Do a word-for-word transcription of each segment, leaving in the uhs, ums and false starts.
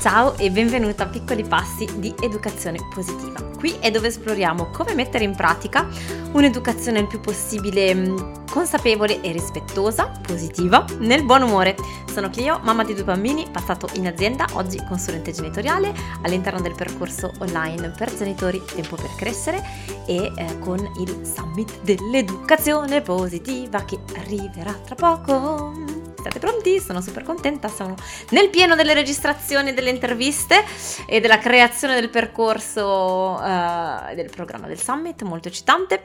Ciao e benvenuta a Piccoli Passi di Educazione Positiva. Qui è dove esploriamo come mettere in pratica un'educazione il più possibile consapevole e rispettosa, positiva, nel buon umore. Sono Clio, mamma di due bambini, passato in azienda, oggi consulente genitoriale all'interno del percorso online per genitori Tempo per Crescere e eh, con il Summit dell'Educazione Positiva che arriverà tra poco. Siete pronti? Sono super contenta, sono nel pieno delle registrazioni, delle interviste e della creazione del percorso uh, del programma del Summit, molto eccitante.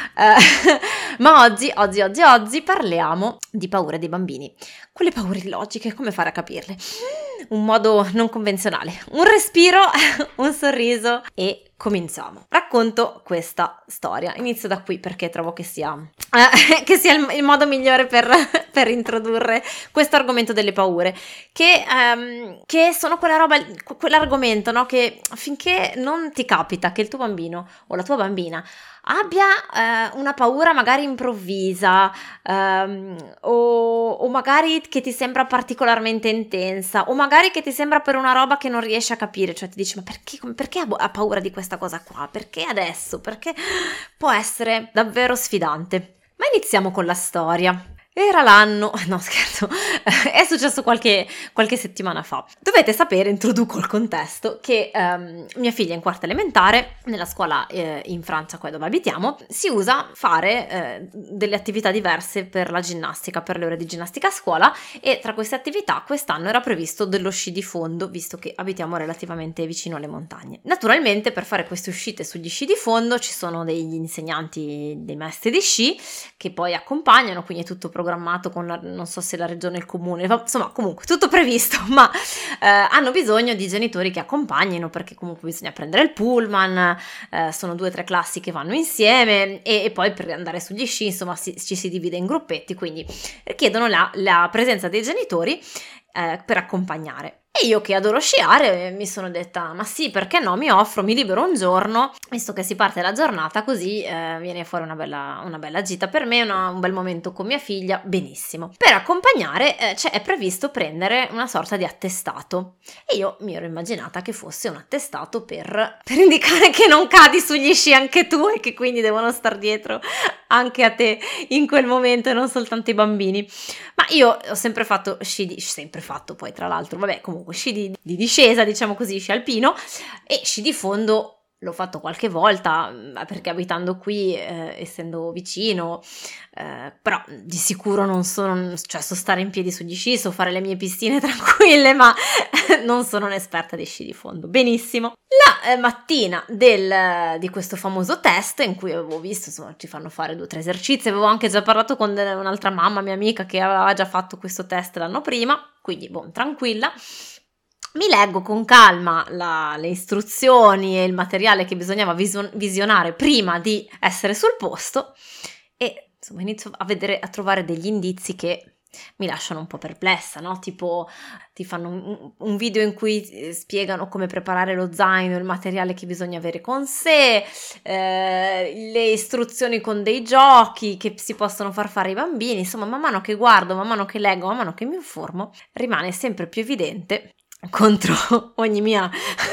Uh, ma oggi, oggi, oggi, oggi parliamo di paura dei bambini. Quelle paure illogiche, come fare a capirle? Un modo non convenzionale, un respiro, un sorriso e cominciamo. Racconto questa storia. Inizio da qui perché trovo che sia, eh, che sia il, il modo migliore per, per introdurre questo argomento delle paure, che, um, che sono quella roba, quell'argomento, no? Che finché non ti capita che il tuo bambino o la tua bambina abbia eh, una paura magari improvvisa ehm, o, o magari che ti sembra particolarmente intensa o magari che ti sembra per una roba che non riesci a capire, cioè ti dici ma perché, perché ha, ha paura di questa cosa qua, perché adesso, perché può essere davvero sfidante. Ma iniziamo con la storia. Era l'anno, no scherzo, è successo qualche, qualche settimana fa. Dovete sapere, introduco il contesto, che um, mia figlia in quarta elementare, nella scuola eh, in Francia, qua dove abitiamo, si usa fare eh, delle attività diverse per la ginnastica, per le ore di ginnastica a scuola, e tra queste attività quest'anno era previsto dello sci di fondo, visto che abitiamo relativamente vicino alle montagne. Naturalmente per fare queste uscite sugli sci di fondo ci sono degli insegnanti, dei maestri di sci, che poi accompagnano, quindi è tutto programmato programmato con la, non so se la regione o il comune, insomma comunque tutto previsto, ma eh, hanno bisogno di genitori che accompagnino perché comunque bisogna prendere il pullman, eh, sono due o tre classi che vanno insieme e, e poi per andare sugli sci insomma si, ci si divide in gruppetti, quindi chiedono la, la presenza dei genitori eh, per accompagnare. E io che adoro sciare mi sono detta ma sì, perché no, mi offro, mi libero un giorno, visto che si parte la giornata, così eh, viene fuori una bella, una bella gita per me, una, un bel momento con mia figlia, benissimo. Per accompagnare eh, cioè, è previsto prendere una sorta di attestato e io mi ero immaginata che fosse un attestato per, per indicare che non cadi sugli sci anche tu e che quindi devono star dietro anche a te in quel momento e non soltanto i bambini. Ma io ho sempre fatto sci di, sempre fatto poi tra l'altro, vabbè comunque sci di, di discesa, diciamo così, sci alpino, e sci di fondo l'ho fatto qualche volta perché abitando qui, eh, essendo vicino, eh, però di sicuro non sono, cioè so stare in piedi sugli sci, so fare le mie pistine tranquille, ma non sono un'esperta di sci di fondo. Benissimo. La eh, mattina del, di questo famoso test in cui avevo visto, insomma, ci fanno fare due o tre esercizi, avevo anche già parlato con un'altra mamma, mia amica, che aveva già fatto questo test l'anno prima, quindi boh, tranquilla. Mi leggo con calma la, le istruzioni e il materiale che bisognava vision, visionare prima di essere sul posto e insomma inizio a vedere, a trovare degli indizi che mi lasciano un po' perplessa, no? Tipo ti fanno un, un video in cui spiegano come preparare lo zaino, il materiale che bisogna avere con sé, eh, le istruzioni con dei giochi che si possono far fare ai bambini. Insomma, man mano che guardo, man mano che leggo, man mano che mi informo, rimane sempre più evidente contro ogni mia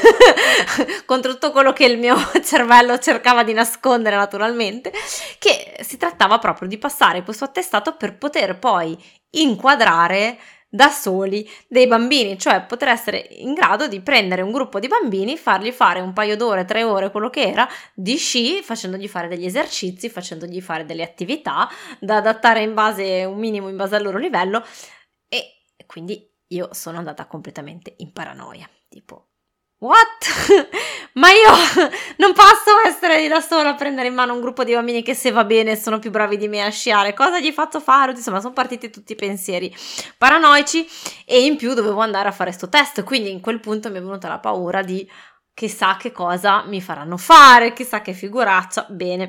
contro tutto quello che il mio cervello cercava di nascondere naturalmente, che si trattava proprio di passare questo attestato per poter poi inquadrare da soli dei bambini, cioè poter essere in grado di prendere un gruppo di bambini, fargli fare un paio d'ore, tre ore, quello che era, di sci, facendogli fare degli esercizi, facendogli fare delle attività da adattare in base, un minimo in base al loro livello, e quindi io sono andata completamente in paranoia, tipo, what? Ma io non posso essere lì da sola a prendere in mano un gruppo di bambini che se va bene sono più bravi di me a sciare, cosa gli faccio fare? Insomma, sono partiti tutti i pensieri paranoici e in più dovevo andare a fare sto test, quindi in quel punto mi è venuta la paura di chissà che cosa mi faranno fare, chissà che figuraccia. Bene,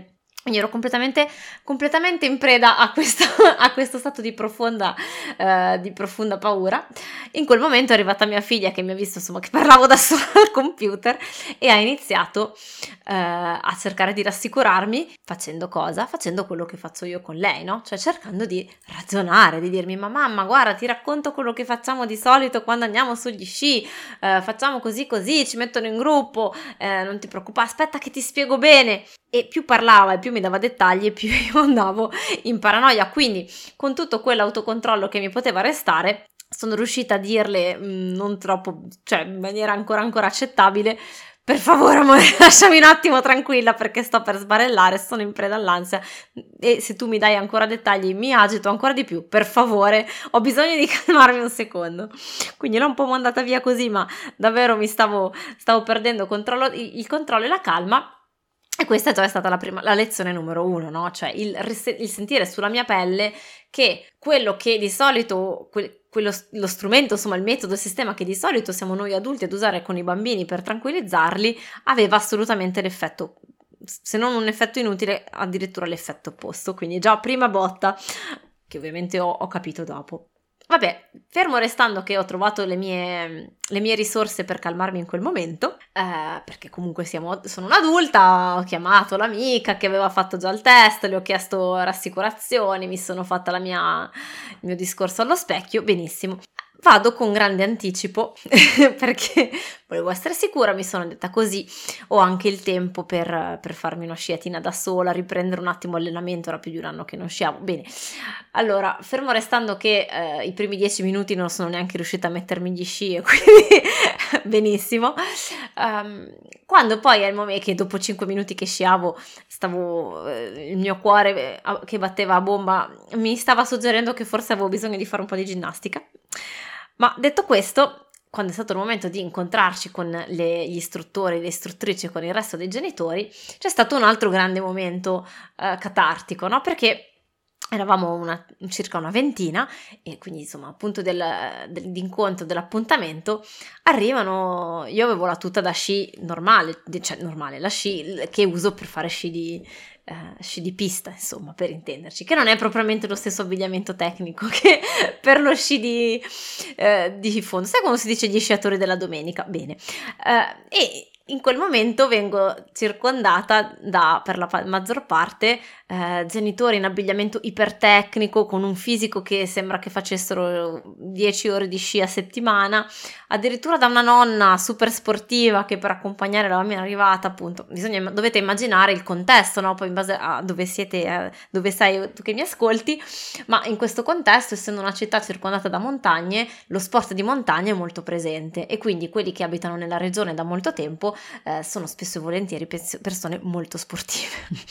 Quindi ero completamente, completamente in preda a questo, a questo stato di profonda, eh, di profonda paura. In quel momento è arrivata mia figlia che mi ha visto insomma che parlavo da sola al computer e ha iniziato eh, a cercare di rassicurarmi facendo cosa? Facendo quello che faccio io con lei, no? Cioè cercando di ragionare, di dirmi ma mamma guarda ti racconto quello che facciamo di solito quando andiamo sugli sci, eh, facciamo così così, ci mettono in gruppo, eh, non ti preoccupare, aspetta che ti spiego bene. E più parlava e più mi dava dettagli e più io andavo in paranoia, quindi con tutto quell'autocontrollo che mi poteva restare sono riuscita a dirle mh, non troppo, cioè in maniera ancora ancora accettabile: per favore amore lasciami un attimo tranquilla perché sto per sbarellare, sono in preda all'ansia e se tu mi dai ancora dettagli mi agito ancora di più, per favore ho bisogno di calmarmi un secondo. Quindi l'ho un po' mandata via così, ma davvero mi stavo, stavo perdendo controllo, il, il controllo e la calma. E questa già è stata la, prima, la lezione numero uno, no? Cioè il, il sentire sulla mia pelle che quello che di solito, que, quello, lo strumento, insomma il metodo, il sistema che di solito siamo noi adulti ad usare con i bambini per tranquillizzarli, aveva assolutamente l'effetto, se non un effetto inutile, addirittura l'effetto opposto. Quindi già prima botta, che ovviamente ho, ho capito dopo. Vabbè, fermo restando che ho trovato le mie, le mie risorse per calmarmi in quel momento, eh, perché comunque siamo, sono un'adulta, ho chiamato l'amica che aveva fatto già il test, le ho chiesto rassicurazioni, mi sono fatta la mia, il mio discorso allo specchio, benissimo. Vado con grande anticipo perché volevo essere sicura, mi sono detta così ho anche il tempo per, per farmi una sciatina da sola, riprendere un attimo allenamento, era più di un anno che non sciavo. Bene, allora, fermo restando che eh, i primi dieci minuti non sono neanche riuscita a mettermi gli sci e quindi benissimo. Um, quando poi è il momento che dopo cinque minuti che sciavo stavo, eh, il mio cuore eh, che batteva a bomba mi stava suggerendo che forse avevo bisogno di fare un po' di ginnastica. Ma detto questo, quando è stato il momento di incontrarci con le, gli istruttori, le istruttrici, con il resto dei genitori, c'è stato un altro grande momento eh, catartico, no? Perché eravamo una, circa una ventina e quindi insomma appunto del, dell'incontro, dell'appuntamento arrivano, io avevo la tuta da sci normale, cioè normale, la sci che uso per fare sci di, eh, sci di pista, insomma, per intenderci, che non è propriamente lo stesso abbigliamento tecnico che per lo sci di, eh, di fondo, sai quando si dice gli sciatori della domenica? Bene, eh, e in quel momento vengo circondata da, per la maggior parte, eh, genitori in abbigliamento ipertecnico, con un fisico che sembra che facessero dieci ore di sci a settimana, addirittura da una nonna super sportiva che per accompagnare la bambina arrivata, appunto, bisogna, dovete immaginare il contesto, no? Poi in base a dove siete, eh, dove sei tu che mi ascolti, ma in questo contesto, essendo una città circondata da montagne, lo sport di montagna è molto presente e quindi quelli che abitano nella regione da molto tempo Eh, sono spesso e volentieri pers- persone molto sportive.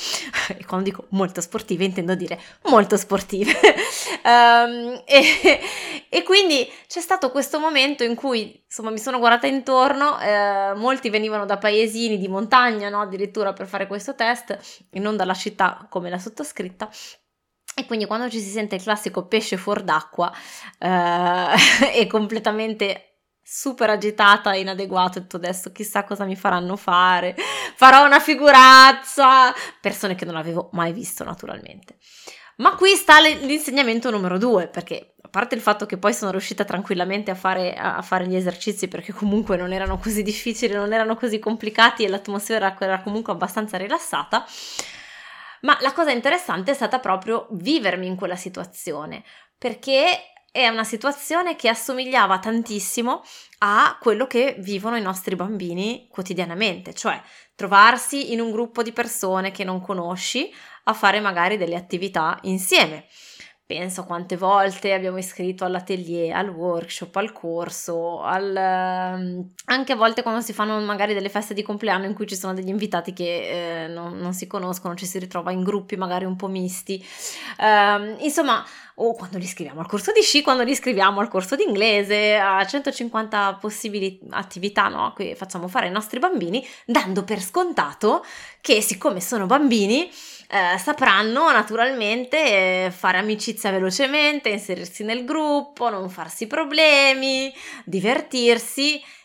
E quando dico molto sportive intendo dire molto sportive. um, e, e quindi c'è stato questo momento in cui insomma mi sono guardata intorno, eh, molti venivano da paesini di montagna, no? Addirittura per fare questo test e non dalla città come la sottoscritta. E quindi quando ci si sente il classico pesce fuor d'acqua eh, è completamente super agitata, inadeguato, e detto adesso chissà cosa mi faranno fare, farò una figuraccia, persone che non avevo mai visto naturalmente. Ma qui sta l'insegnamento numero due, perché a parte il fatto che poi sono riuscita tranquillamente a fare, a fare gli esercizi perché comunque non erano così difficili, non erano così complicati e l'atmosfera era comunque abbastanza rilassata, ma la cosa interessante è stata proprio vivermi in quella situazione, perché è una situazione che assomigliava tantissimo a quello che vivono i nostri bambini quotidianamente, cioè trovarsi in un gruppo di persone che non conosci a fare magari delle attività insieme. Penso quante volte abbiamo iscritto all'atelier, al workshop, al corso, al, anche a volte quando si fanno magari delle feste di compleanno in cui ci sono degli invitati che eh, non, non si conoscono, ci si ritrova in gruppi magari un po' misti, um, insomma, o quando li iscriviamo al corso di sci, quando li iscriviamo al corso di inglese, a centocinquanta possibili attività, no, che facciamo fare ai nostri bambini, dando per scontato che siccome sono bambini eh, sapranno naturalmente eh, fare amicizia velocemente, inserirsi nel gruppo, non farsi problemi, divertirsi.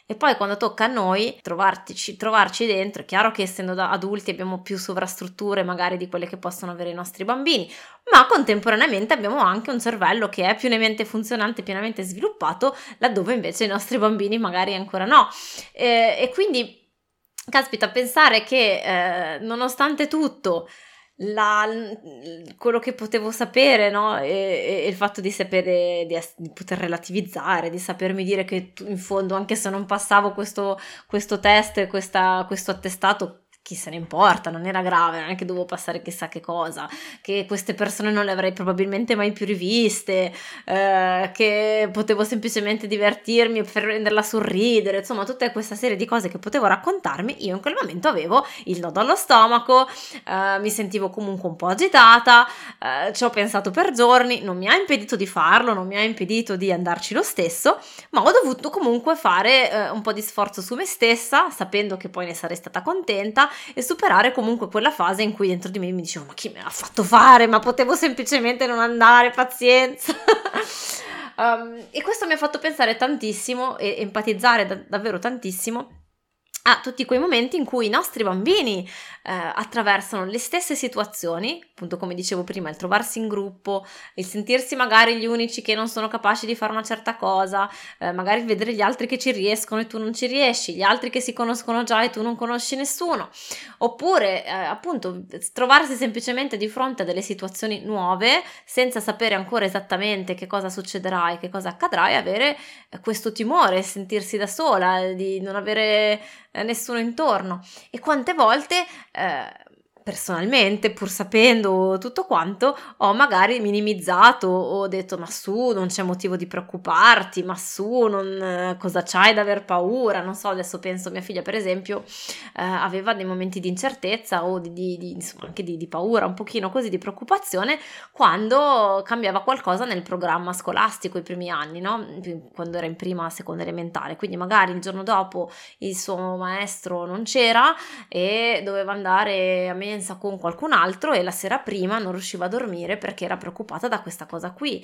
E poi quando tocca a noi trovarci, trovarci dentro, è chiaro che essendo da adulti abbiamo più sovrastrutture magari di quelle che possono avere i nostri bambini, ma contemporaneamente abbiamo anche un cervello che è pienamente funzionante, pienamente sviluppato, laddove invece i nostri bambini magari ancora no. Eh, e quindi, caspita, pensare che eh, nonostante tutto La, quello che potevo sapere, no? E, e il fatto di sapere, di, di poter relativizzare, di sapermi dire che in fondo, anche se non passavo questo, questo test, questa, questo attestato, chi se ne importa, non era grave, non è che dovevo passare chissà che cosa, che queste persone non le avrei probabilmente mai più riviste, eh, che potevo semplicemente divertirmi per renderla sorridere, insomma tutta questa serie di cose che potevo raccontarmi. Io in quel momento avevo il nodo allo stomaco, eh, mi sentivo comunque un po' agitata, eh, ci ho pensato per giorni, non mi ha impedito di farlo, non mi ha impedito di andarci lo stesso, ma ho dovuto comunque fare eh, un po' di sforzo su me stessa, sapendo che poi ne sarei stata contenta, e superare comunque quella fase in cui dentro di me mi dicevo: ma chi me l'ha fatto fare? Ma potevo semplicemente non andare, pazienza. um, e questo mi ha fatto pensare tantissimo e empatizzare da- davvero tantissimo a tutti quei momenti in cui i nostri bambini eh, attraversano le stesse situazioni, appunto come dicevo prima, il trovarsi in gruppo, il sentirsi magari gli unici che non sono capaci di fare una certa cosa, eh, magari vedere gli altri che ci riescono e tu non ci riesci, gli altri che si conoscono già e tu non conosci nessuno, oppure eh, appunto trovarsi semplicemente di fronte a delle situazioni nuove senza sapere ancora esattamente che cosa succederà e che cosa accadrà, e avere eh, questo timore, sentirsi da sola, di non avere nessuno intorno. E quante volte eh, personalmente, pur sapendo tutto quanto, ho magari minimizzato, ho detto: ma su, non c'è motivo di preoccuparti, ma su, non, cosa c'hai da aver paura? Non so, adesso penso, mia figlia per esempio eh, aveva dei momenti di incertezza o di, di, di insomma anche di, di paura, un pochino così, di preoccupazione, quando cambiava qualcosa nel programma scolastico i primi anni, no? Quando era in prima, seconda elementare, quindi magari il giorno dopo il suo maestro non c'era e doveva andare a mensa con qualcun altro, e la sera prima non riusciva a dormire perché era preoccupata da questa cosa qui.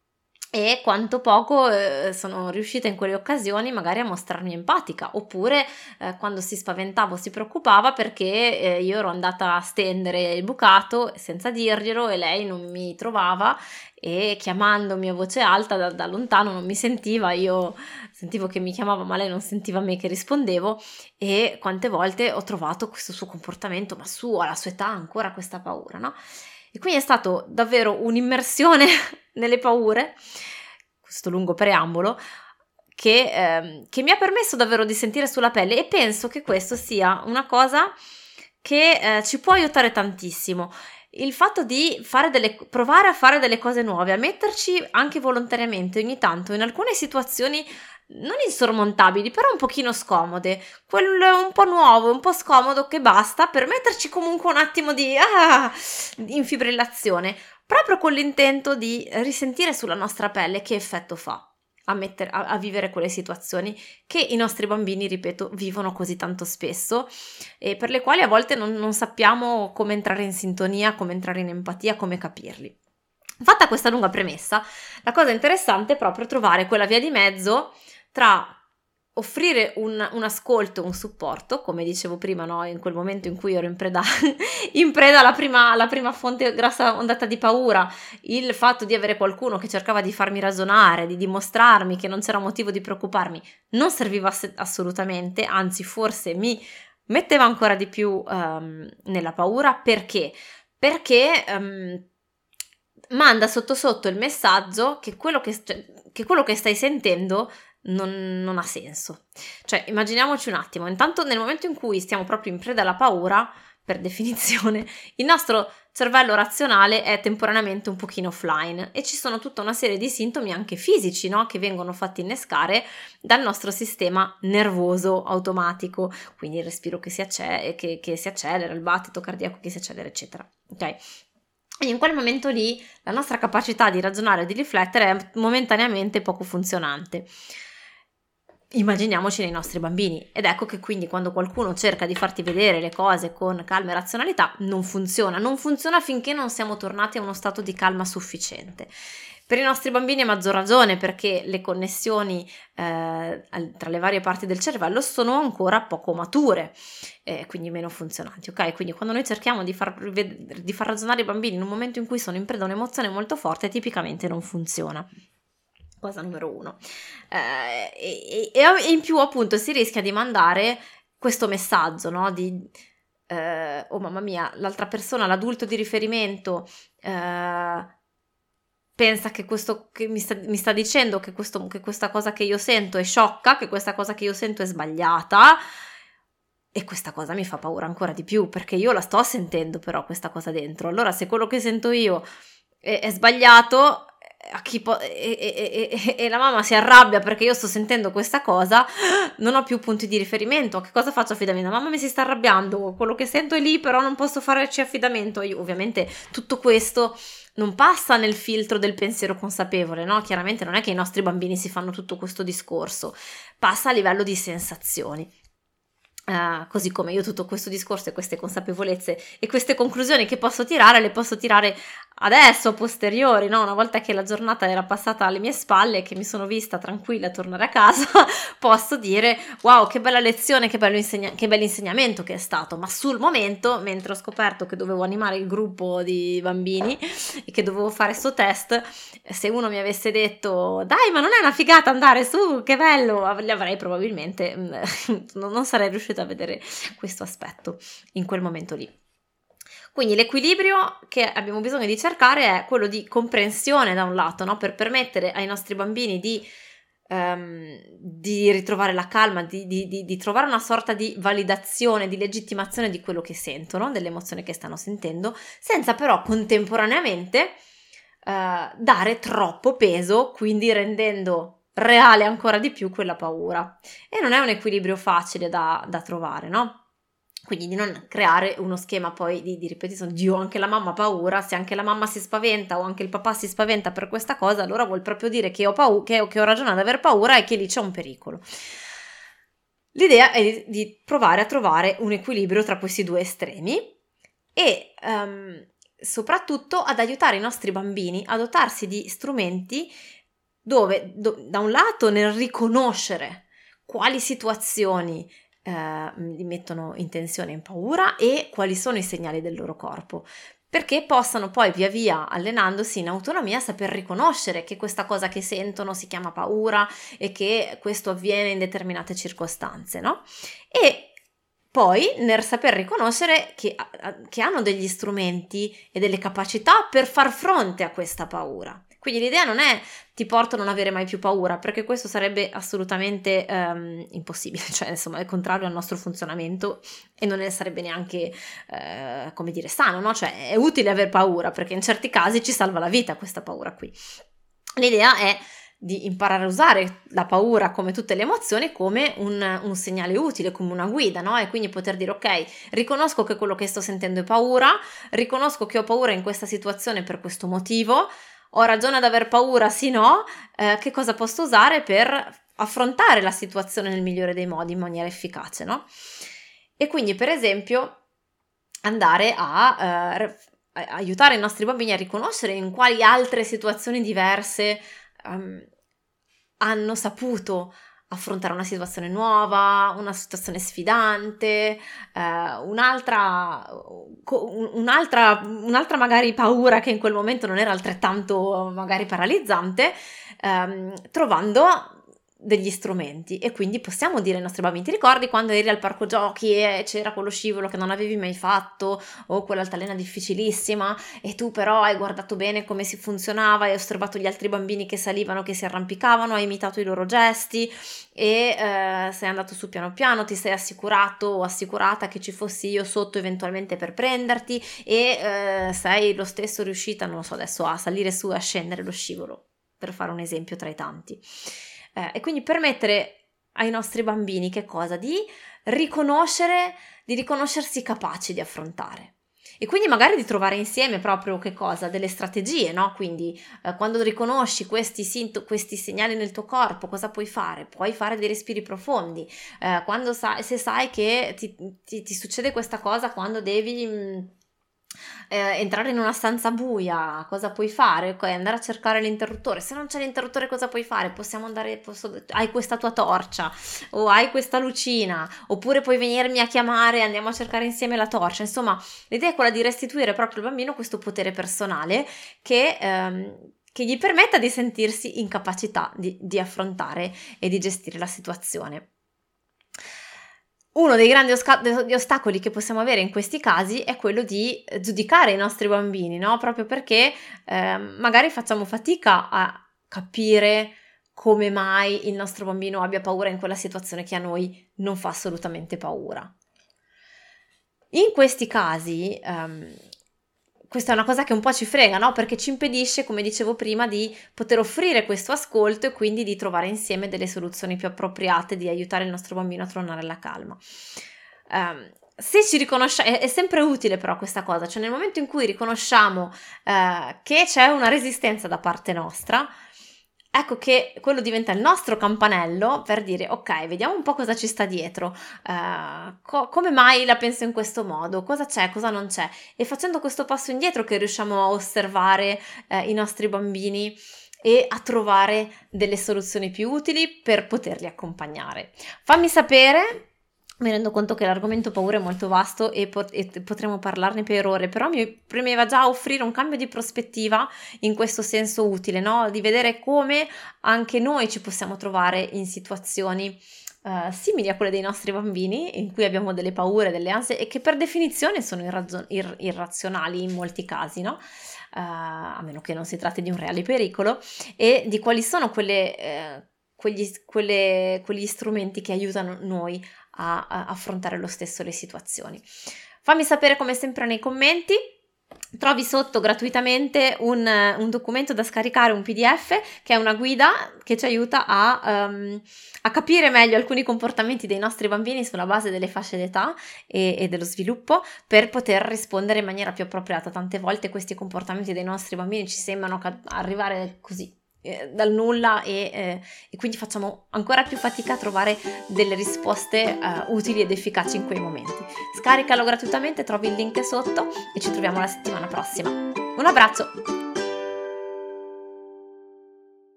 E quanto poco eh, sono riuscita in quelle occasioni magari a mostrarmi empatica, oppure eh, quando si spaventava o si preoccupava perché eh, io ero andata a stendere il bucato senza dirglielo e lei non mi trovava, e chiamandomi a voce alta da, da lontano non mi sentiva, io sentivo che mi chiamava ma lei non sentiva me che rispondevo, e quante volte ho trovato questo suo comportamento: ma su, alla sua età ancora questa paura, no? E quindi è stato davvero un'immersione nelle paure, questo lungo preambolo, che, eh, che mi ha permesso davvero di sentire sulla pelle, e penso che questo sia una cosa che eh, ci può aiutare tantissimo. Il fatto di fare delle, provare a fare delle cose nuove, a metterci anche volontariamente ogni tanto in alcune situazioni non insormontabili, però un pochino scomode, quel un po' nuovo, un po' scomodo che basta per metterci comunque un attimo di, ah, di infibrillazione, proprio con l'intento di risentire sulla nostra pelle che effetto fa a, mettere, a, a vivere quelle situazioni che i nostri bambini, ripeto, vivono così tanto spesso, e per le quali a volte non, non sappiamo come entrare in sintonia, come entrare in empatia, come capirli. Fatta questa lunga premessa, la cosa interessante è proprio trovare quella via di mezzo tra offrire un, un ascolto, un supporto, come dicevo prima, no? In quel momento in cui ero in preda, in preda alla prima, alla prima fonte grossa ondata di paura, il fatto di avere qualcuno che cercava di farmi ragionare, di dimostrarmi che non c'era motivo di preoccuparmi, non serviva ass- assolutamente, anzi forse mi metteva ancora di più um, nella paura. Perché? Perché um, manda sotto sotto il messaggio che quello che, che quello che stai sentendo Non, non ha senso. Cioè, immaginiamoci un attimo, intanto nel momento in cui stiamo proprio in preda alla paura, per definizione, il nostro cervello razionale è temporaneamente un pochino offline, e ci sono tutta una serie di sintomi anche fisici, no? Che vengono fatti innescare dal nostro sistema nervoso automatico, quindi il respiro che si, acce- che, che si accelera, il battito cardiaco che si accelera, eccetera. Ok? E in quel momento lì la nostra capacità di ragionare e di riflettere è momentaneamente poco funzionante. Immaginiamoci nei nostri bambini, ed ecco che quindi quando qualcuno cerca di farti vedere le cose con calma e razionalità non funziona, non funziona finché non siamo tornati a uno stato di calma sufficiente. Per i nostri bambini è maggior ragione, perché le connessioni eh, tra le varie parti del cervello sono ancora poco mature, eh, quindi meno funzionanti, ok? Quindi quando noi cerchiamo di far, di far ragionare i bambini in un momento in cui sono in preda a un'emozione molto forte, tipicamente non funziona. Cosa numero uno. Eh, e, e in più appunto si rischia di mandare questo messaggio, no? Di eh, oh mamma mia, l'altra persona, l'adulto di riferimento, eh, pensa che questo che mi, sta, mi sta dicendo che, questo, che questa cosa che io sento è sciocca, che questa cosa che io sento è sbagliata, e questa cosa mi fa paura ancora di più, perché io la sto sentendo però questa cosa dentro. Allora se quello che sento io è, è sbagliato, a chi po- e, e, e, e la mamma si arrabbia perché io sto sentendo questa cosa, non ho più punti di riferimento. Che cosa faccio? Affidamento? Mamma mi si sta arrabbiando, quello che sento è lì, però non posso farci affidamento. Io, ovviamente tutto questo non passa nel filtro del pensiero consapevole, no? Chiaramente non è che i nostri bambini si fanno tutto questo discorso, passa a livello di sensazioni. Uh, così come io tutto questo discorso e queste consapevolezze e queste conclusioni che posso tirare, le posso tirare adesso, a posteriori, no? Una volta che la giornata era passata alle mie spalle e che mi sono vista tranquilla tornare a casa, posso dire wow, che bella lezione, che bello insegna- che bell'insegnamento che è stato. Ma sul momento, mentre ho scoperto che dovevo animare il gruppo di bambini e che dovevo fare sto test, se uno mi avesse detto dai, ma non è una figata andare su, che bello, gli avrei probabilmente non sarei riuscita a vedere questo aspetto in quel momento lì. Quindi l'equilibrio che abbiamo bisogno di cercare è quello di comprensione da un lato, no? Per permettere ai nostri bambini di, um, di ritrovare la calma, di, di, di, di trovare una sorta di validazione, di legittimazione di quello che sentono, dell'emozione che stanno sentendo, senza però contemporaneamente uh, dare troppo peso, quindi rendendo reale ancora di più quella paura. E non è un equilibrio facile da, da trovare, no? Quindi di non creare uno schema poi di, di ripetizione. Dio, anche la mamma ha paura, se anche la mamma si spaventa o anche il papà si spaventa per questa cosa, allora vuol proprio dire che ho, paura, che, che ho ragione ad aver paura e che lì c'è un pericolo. L'idea è di, di provare a trovare un equilibrio tra questi due estremi e um, soprattutto ad aiutare i nostri bambini a dotarsi di strumenti dove do, da un lato nel riconoscere quali situazioni eh, li mettono in tensione e in paura e quali sono i segnali del loro corpo, perché possano poi via via allenandosi in autonomia saper riconoscere che questa cosa che sentono si chiama paura e che questo avviene in determinate circostanze, no? E poi nel saper riconoscere che, che hanno degli strumenti e delle capacità per far fronte a questa paura. Quindi l'idea non è ti porto a non avere mai più paura, perché questo sarebbe assolutamente um, impossibile, cioè insomma è contrario al nostro funzionamento e non ne sarebbe neanche, uh, come dire, sano, no? Cioè è utile aver paura perché in certi casi ci salva la vita questa paura qui. L'idea è di imparare a usare la paura come tutte le emozioni come un, un segnale utile, come una guida, no? E quindi poter dire ok, riconosco che quello che sto sentendo è paura, riconosco che ho paura in questa situazione per questo motivo, ho ragione ad aver paura, sì no, eh, che cosa posso usare per affrontare la situazione nel migliore dei modi in maniera efficace, no? E quindi per esempio andare a eh, aiutare i nostri bambini a riconoscere in quali altre situazioni diverse um, hanno saputo affrontare una situazione nuova, una situazione sfidante, eh, un'altra, un'altra, un'altra magari paura che in quel momento non era altrettanto magari paralizzante, ehm, trovando degli strumenti. E quindi possiamo dire ai nostri bambini: ti ricordi quando eri al parco giochi e c'era quello scivolo che non avevi mai fatto, o quell'altalena difficilissima e tu però hai guardato bene come si funzionava, hai osservato gli altri bambini che salivano, che si arrampicavano, hai imitato i loro gesti e eh, sei andato su piano piano, ti sei assicurato o assicurata che ci fossi io sotto eventualmente per prenderti e eh, sei lo stesso riuscita, non lo so adesso, a salire su e a scendere lo scivolo, per fare un esempio tra i tanti. Eh, e quindi permettere ai nostri bambini che cosa? Di riconoscere, di riconoscersi capaci di affrontare. E quindi magari di trovare insieme proprio che cosa? Delle strategie, no? Quindi eh, quando riconosci questi, sinto- questi segnali nel tuo corpo, cosa puoi fare? Puoi fare dei respiri profondi. Eh, quando sai, se sai che ti, ti, ti succede questa cosa quando devi... Mh, eh, entrare in una stanza buia, cosa puoi fare? Ok, andare a cercare l'interruttore. Se non c'è l'interruttore, cosa puoi fare? Possiamo andare, posso- hai questa tua torcia o hai questa lucina, oppure puoi venirmi a chiamare e andiamo a cercare insieme la torcia. Insomma, l'idea è quella di restituire proprio al bambino questo potere personale che, ehm, che gli permetta di sentirsi in capacità di, di affrontare e di gestire la situazione. Uno dei grandi osca- degli ostacoli che possiamo avere in questi casi è quello di eh, giudicare i nostri bambini, no? Proprio perché eh, magari facciamo fatica a capire come mai il nostro bambino abbia paura in quella situazione che a noi non fa assolutamente paura. In questi casi, ehm, questa è una cosa che un po' ci frega, no? Perché ci impedisce, come dicevo prima, di poter offrire questo ascolto e quindi di trovare insieme delle soluzioni più appropriate, di aiutare il nostro bambino a tornare alla calma. Um, se ci riconosciamo, è, è sempre utile però questa cosa, cioè nel momento in cui riconosciamo uh, che c'è una resistenza da parte nostra, ecco che quello diventa il nostro campanello per dire ok, vediamo un po' cosa ci sta dietro, uh, co- come mai la penso in questo modo, cosa c'è, cosa non c'è, e facendo questo passo indietro che riusciamo a osservare uh, i nostri bambini e a trovare delle soluzioni più utili per poterli accompagnare. Fammi sapere. Mi rendo conto che l'argomento paura è molto vasto e, pot- e potremmo parlarne per ore, però mi premeva già offrire un cambio di prospettiva in questo senso utile, no? Di vedere come anche noi ci possiamo trovare in situazioni uh, simili a quelle dei nostri bambini, in cui abbiamo delle paure, delle ansie e che per definizione sono irrazio- ir- irrazionali in molti casi, no? Uh, a meno che non si tratti di un reale pericolo, e di quali sono quelle, eh, quegli, quelle, quegli strumenti che aiutano noi a, a affrontare lo stesso le situazioni. Fammi sapere come sempre nei commenti. Trovi sotto gratuitamente un, un documento da scaricare, un P D F, che è una guida che ci aiuta a, um, a capire meglio alcuni comportamenti dei nostri bambini sulla base delle fasce d'età e, e dello sviluppo, per poter rispondere in maniera più appropriata. Tante volte questi comportamenti dei nostri bambini ci sembrano ca- arrivare così eh, dal nulla e, eh, e quindi facciamo ancora più fatica a trovare delle risposte uh, utili ed efficaci in quei momenti. Scaricalo gratuitamente, trovi il link sotto e ci troviamo la settimana prossima. Un abbraccio!